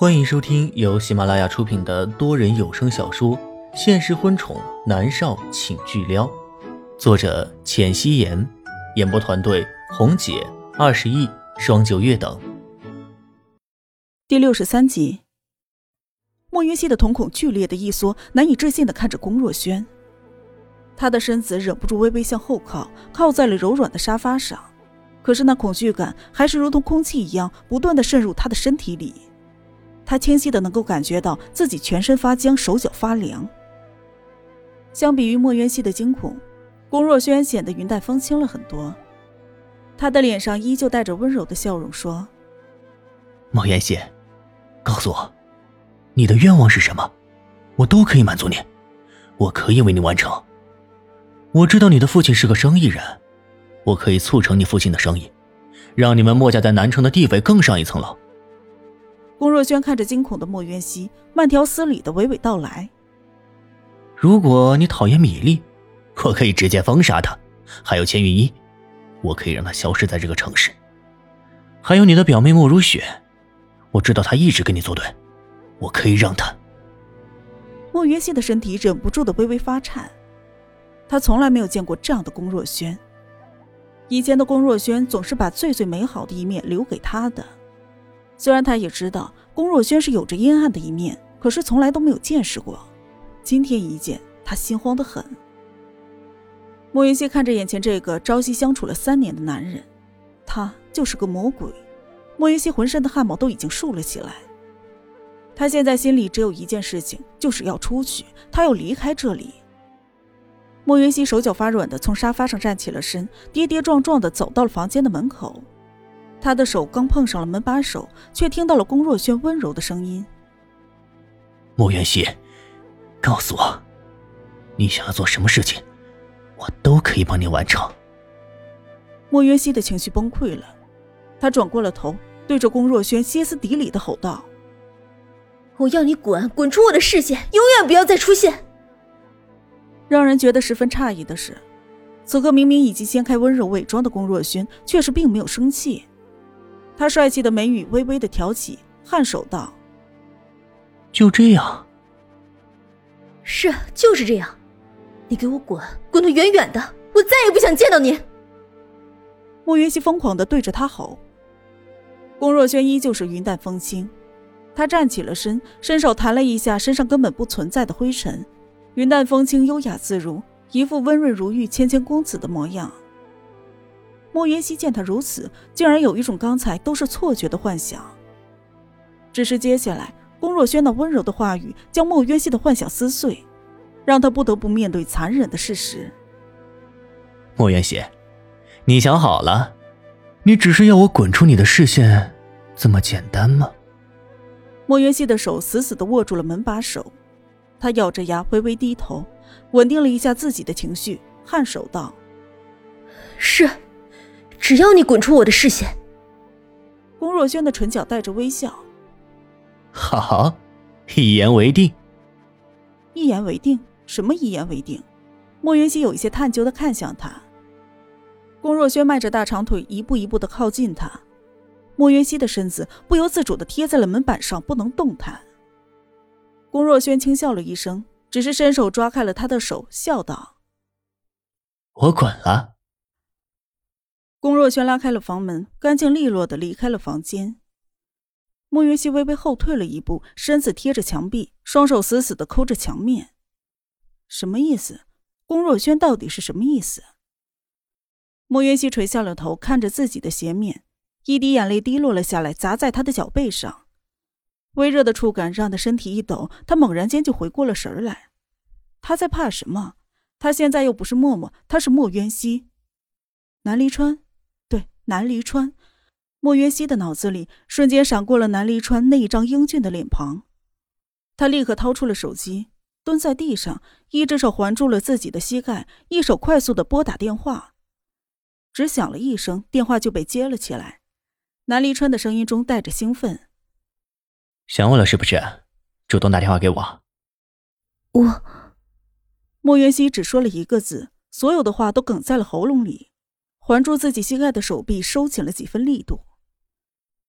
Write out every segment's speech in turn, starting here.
欢迎收听由喜马拉雅出品的多人有声小说《现实婚宠男少请巨撩》，作者浅汐颜，演播团队红姐、20亿、双九月等。 第63集，莫云熙的瞳孔剧烈的一缩，难以置信地看着龚若轩。他的身子忍不住微微向后靠，靠在了柔软的沙发上，可是那恐惧感还是如同空气一样不断地渗入他的身体里。他清晰地能够感觉到自己全身发僵，手脚发凉。相比于莫渊熙的惊恐，龚若轩显得云淡风轻了很多。他的脸上依旧带着温柔的笑容说： 莫渊熙，告诉我你的愿望是什么，我都可以满足你，我可以为你完成。我知道你的父亲是个生意人，我可以促成你父亲的生意，让你们莫家在南城的地位更上一层楼。 龚若轩看着惊恐的莫渊熙，慢条斯理地娓娓道来： 如果你讨厌米粒，我可以直接封杀他，还有千羽衣，我可以让他消失在这个城市。还有你的表妹莫如雪，我知道她一直跟你作对，我可以让她…… 莫渊熙的身体忍不住的微微发颤，他从来没有见过这样的龚若轩。以前的龚若轩总是把最最美好的一面留给他的，虽然他也知道龚若轩是有着阴暗的一面，可是从来都没有见识过。今天一见，他心慌得很。莫云熙看着眼前这个朝夕相处了3年的男人，他就是个魔鬼。莫云熙浑身的汗毛都已经竖了起来。他现在心里只有一件事情，就是要出去，他要离开这里。莫云熙手脚发软地从沙发上站起了身，跌跌撞撞地走到了房间的门口。他的手刚碰上了门把手，却听到了龚若轩温柔的声音： 莫渊熙，告诉我你想要做什么事情，我都可以帮你完成。 莫渊熙的情绪崩溃了，他转过了头，对着龚若轩歇斯底里地吼道： 我要你滚出我的视线，永远不要再出现。 让人觉得十分诧异的是，此刻明明已经掀开温柔伪装的龚若轩却是并没有生气。他帅气的眉宇微微的挑起，颔首道： 就这样？ 是，就是这样。你给我滚得远远的，我再也不想见到你。 莫云熙疯狂地对着他吼。龚若轩依旧是云淡风轻，他站起了身，伸手弹了一下身上根本不存在的灰尘，云淡风轻，优雅自如，一副温润如玉谦谦公子的模样。莫云熙见他如此，竟然有一种刚才都是错觉的幻想。只是接下来龚若轩那温柔的话语将莫云熙的幻想撕碎，让他不得不面对残忍的事实。 莫渊熙，你想好了？你只是要我滚出你的视线这么简单吗？ 莫云熙的手死死地握住了门把手，他咬着牙微微低头，稳定了一下自己的情绪，颔首道： 是，只要你滚出我的视线。 龚若轩的唇角带着微笑： 好，一言为定。 一言为定？什么一言为定？莫云熙有一些探究地看向他。龚若轩迈着大长腿一步一步地靠近他，莫云熙的身子不由自主地贴在了门板上，不能动弹。龚若轩轻笑了一声，只是伸手抓开了他的手，笑道： 我滚了。 龚若轩拉开了房门，干净利落地离开了房间。莫云熙微微后退了一步，身子贴着墙壁，双手死死地抠着墙面。什么意思？龚若轩到底是什么意思？莫云熙垂下了头，看着自己的鞋面，一滴眼泪滴落了下来，砸在他的脚背上。微热的触感让他身体一抖，他猛然间就回过了神来。他在怕什么？他现在又不是默默，他是莫渊熙。南离川？对，南离川。莫渊熙的脑子里瞬间闪过了南离川那一张英俊的脸庞。他立刻掏出了手机，蹲在地上，一只手环住了自己的膝盖，一手快速地拨打电话。只响了一声，电话就被接了起来。南离川的声音中带着兴奋： 想我了是不是？主动打电话给我。 我…… 莫渊熙只说了一个字，所有的话都哽在了喉咙里，环住自己膝盖的手臂收紧了几分力度。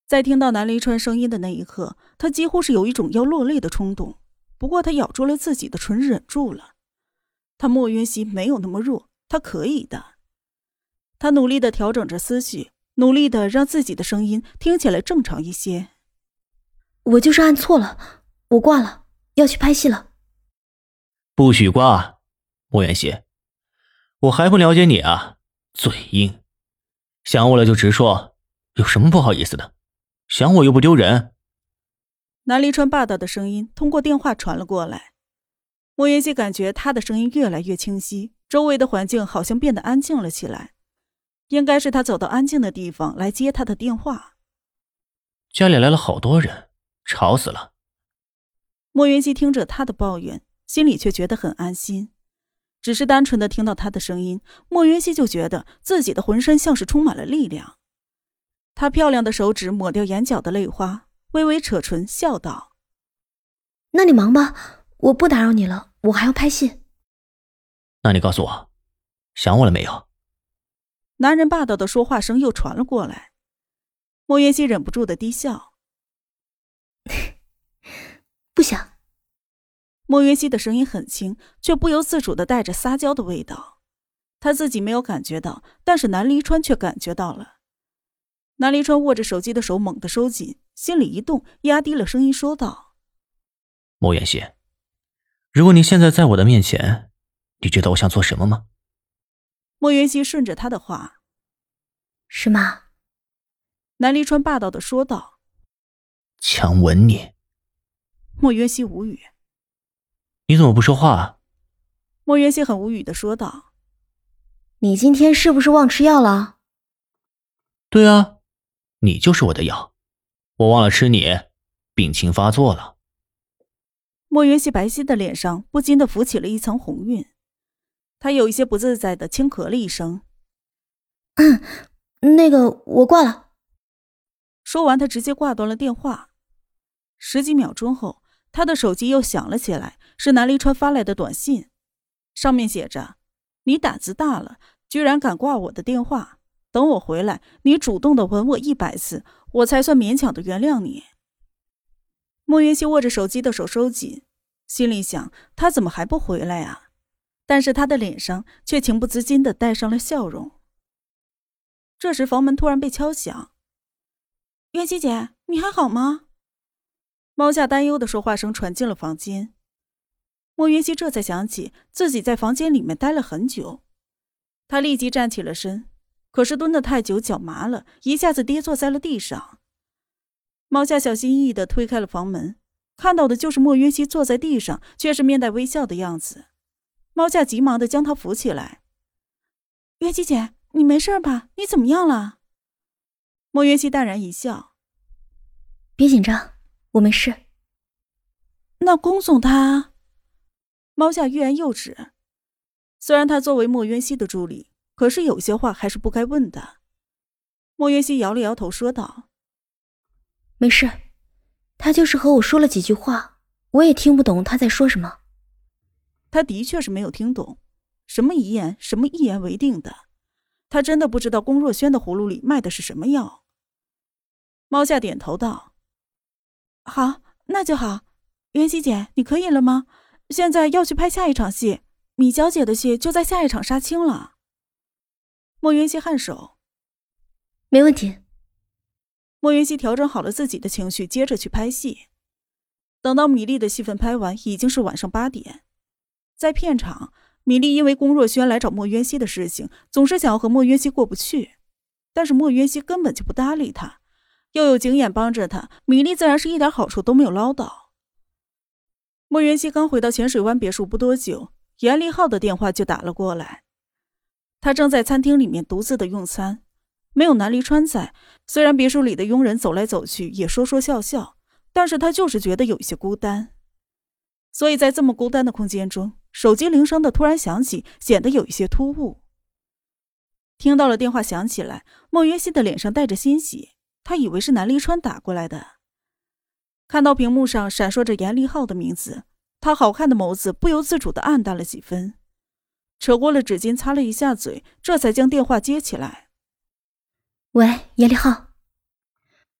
在听到南离川声音的那一刻，他几乎是有一种要落泪的冲动。不过他咬住了自己的唇，忍住了。他莫云熙没有那么弱，他可以的。他努力地调整着思绪，努力地让自己的声音听起来正常一些。 我就是按错了，我挂了，要去拍戏了。 不许挂，莫元熙，我还不了解你啊，嘴硬。想我了就直说，有什么不好意思的？想我又不丢人。 南离川霸道的声音通过电话传了过来。莫云熙感觉他的声音越来越清晰，周围的环境好像变得安静了起来。应该是他走到安静的地方来接他的电话。 家里来了好多人，吵死了。 莫云熙听着他的抱怨，心里却觉得很安心。只是单纯的听到他的声音，莫云熙就觉得自己的浑身像是充满了力量。他漂亮的手指抹掉眼角的泪花，微微扯唇笑道： 那你忙吧，我不打扰你了，我还要拍戏。 那你告诉我，想我了没有？ 男人霸道的说话声又传了过来。莫云熙忍不住的低笑。 不想。 莫云熙的声音很轻，却不由自主的带着撒娇的味道。他自己没有感觉到，但是南离川却感觉到了。南离川握着手机的手猛地收紧，心里一动，压低了声音说道： 莫元熙，如果你现在在我的面前，你知道我想做什么吗？ 莫云熙顺着他的话： 是吗？ 南离川霸道的说道： 强吻你。 莫云熙无语。 你怎么不说话？ 莫云熙很无语的说道： 你今天是不是忘吃药了？ 对啊，你就是我的药，我忘了吃你，病情发作了。 莫云熙白皙的脸上不禁的浮起了一层红晕，他有一些不自在的轻咳了一声。 那个，我挂了。 说完，他直接挂断了电话。10几秒钟后，他的手机又响了起来，是南离川发来的短信，上面写着：你胆子大了，居然敢挂我的电话，等我回来，你主动的吻我100次，我才算勉强的原谅你。莫云熙握着手机的手收紧，心里想他怎么还不回来啊？但是他的脸上却情不自禁地带上了笑容。这时房门突然被敲响。云熙姐，你还好吗？猫夏担忧的说话声传进了房间。莫云熙这才想起自己在房间里面待了很久，他立即站起了身，可是蹲得太久，脚麻了，一下子跌坐在了地上。猫夏小心翼翼地推开了房门，看到的就是莫云熙坐在地上，却是面带微笑的样子。猫夏急忙地将他扶起来。云熙姐，你没事吧？你怎么样了？莫云熙淡然一笑。 别紧张，我没事。 那龚总他……猫夏欲言又止。虽然他作为莫云熙的助理，可是有些话还是不该问的。莫云熙摇了摇头说道： 没事，他就是和我说了几句话，我也听不懂他在说什么。 他的确是没有听懂，什么遗言，什么一言为定的。他真的不知道龚若轩的葫芦里卖的是什么药。猫夏点头道：好，那就好。云熙姐，你可以了吗？现在要去拍下一场戏，米娇姐的戏就在下一场杀青了。莫云熙颔首： 没问题。 莫云熙调整好了自己的情绪，接着去拍戏。等到米粒的戏份拍完，已经是晚上8点。在片场，米粒因为龚若轩来找莫渊熙的事情，总是想要和莫渊熙过不去，但是莫渊熙根本就不搭理他，又有景琰帮着他，米粒自然是一点好处都没有捞到。莫渊熙刚回到浅水湾别墅不多久，严立浩的电话就打了过来。他正在餐厅里面独自的用餐，没有南离川在，虽然别墅里的佣人走来走去也说说笑笑，但是他就是觉得有一些孤单。所以在这么孤单的空间中，手机铃声的突然响起，显得有一些突兀。听到了电话响起来，莫云熙的脸上带着欣喜，他以为是南离川打过来的。看到屏幕上闪烁着严立浩的名字，他好看的眸子不由自主地暗淡了几分，扯过了纸巾擦了一下嘴，这才将电话接起来。 喂，严立浩。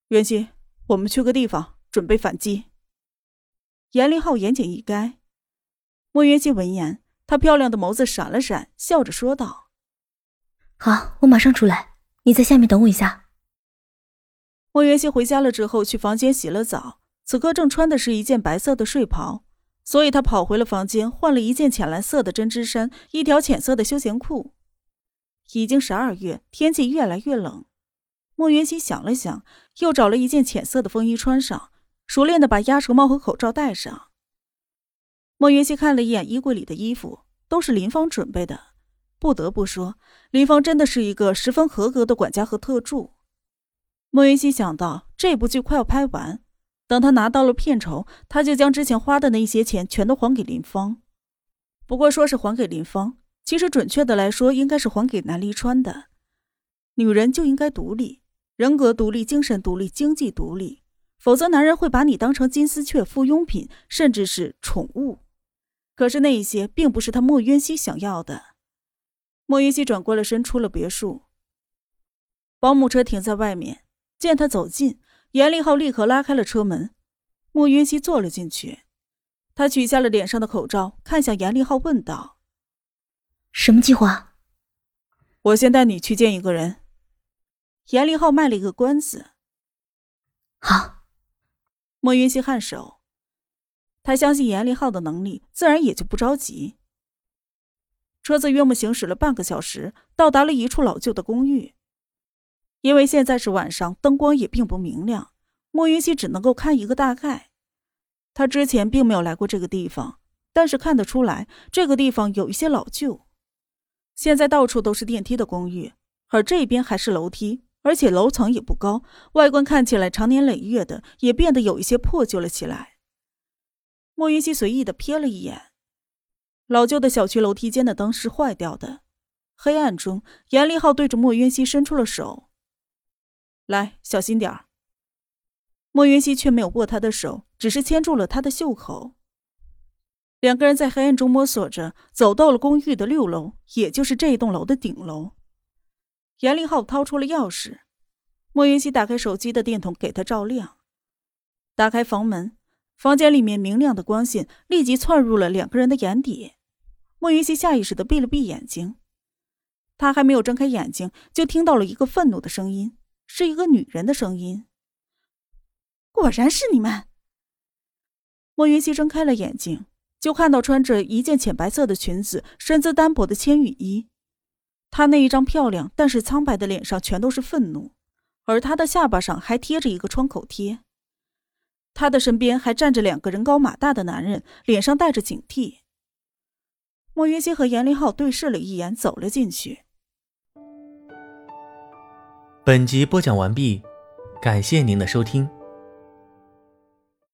袁熙，我们去个地方，准备反击。严凌浩言简意赅。莫元熙闻言，他漂亮的眸子闪了闪，笑着说道： 好，我马上出来，你在下面等我一下。 莫元熙回家了之后，去房间洗了澡，此刻正穿的是一件白色的睡袍，所以他跑回了房间，换了一件浅蓝色的针织衫，一条浅色的休闲裤。已经12月，天气越来越冷。莫元熙想了想，又找了一件浅色的风衣穿上，熟练地把鸭舌帽和口罩戴上。莫元熙看了一眼衣柜里的衣服，都是林芳准备的。不得不说，林芳真的是一个十分合格的管家和特助。莫元熙想到这部剧快要拍完，等他拿到了片酬，他就将之前花的那些钱全都还给林芳。不过说是还给林芳，其实准确的来说应该是还给南离川的。女人就应该独立，人格独立，精神独立，经济独立，否则男人会把你当成金丝雀、附庸品，甚至是宠物。可是那一些并不是他莫渊熙想要的。莫渊熙转过了身，出了别墅。保姆车停在外面，见他走近，严凌浩立刻拉开了车门。莫渊熙坐了进去，他取下了脸上的口罩，看向严凌浩问道： 什么计划？ 我先带你去见一个人。严凌浩卖了一个关子。 好。 莫云熙颔首，他相信严凌浩的能力，自然也就不着急。车子约莫行驶了半个小时，到达了一处老旧的公寓。因为现在是晚上，灯光也并不明亮，莫云熙只能够看一个大概。他之前并没有来过这个地方，但是看得出来这个地方有一些老旧。现在到处都是电梯的公寓，而这边还是楼梯，而且楼层也不高，外观看起来长年累月的，也变得有一些破旧了起来。莫云熙随意地瞥了一眼，老旧的小区楼梯间的灯是坏掉的。黑暗中，严凌浩对着莫云熙伸出了手：来，小心点儿。莫云熙却没有握他的手，只是牵住了他的袖口。两个人在黑暗中摸索着，走到了公寓的6楼，也就是这栋楼的顶楼。严凌浩掏出了钥匙，莫云熙打开手机的电筒给他照亮。打开房门，房间里面明亮的光线立即窜入了两个人的眼底。莫云熙下意识地闭了闭眼睛，他还没有睁开眼睛，就听到了一个愤怒的声音，是一个女人的声音：果然是你们！莫云熙睁开了眼睛，就看到穿着一件浅白色的裙子、身姿单薄的千羽衣。她那一张漂亮但是苍白的脸上全都是愤怒，而她的下巴上还贴着一个创口贴。她的身边还站着两个人高马大的男人，脸上带着警惕。莫云熙和严凌浩对视了一眼，走了进去。 本集播讲完毕，感谢您的收听。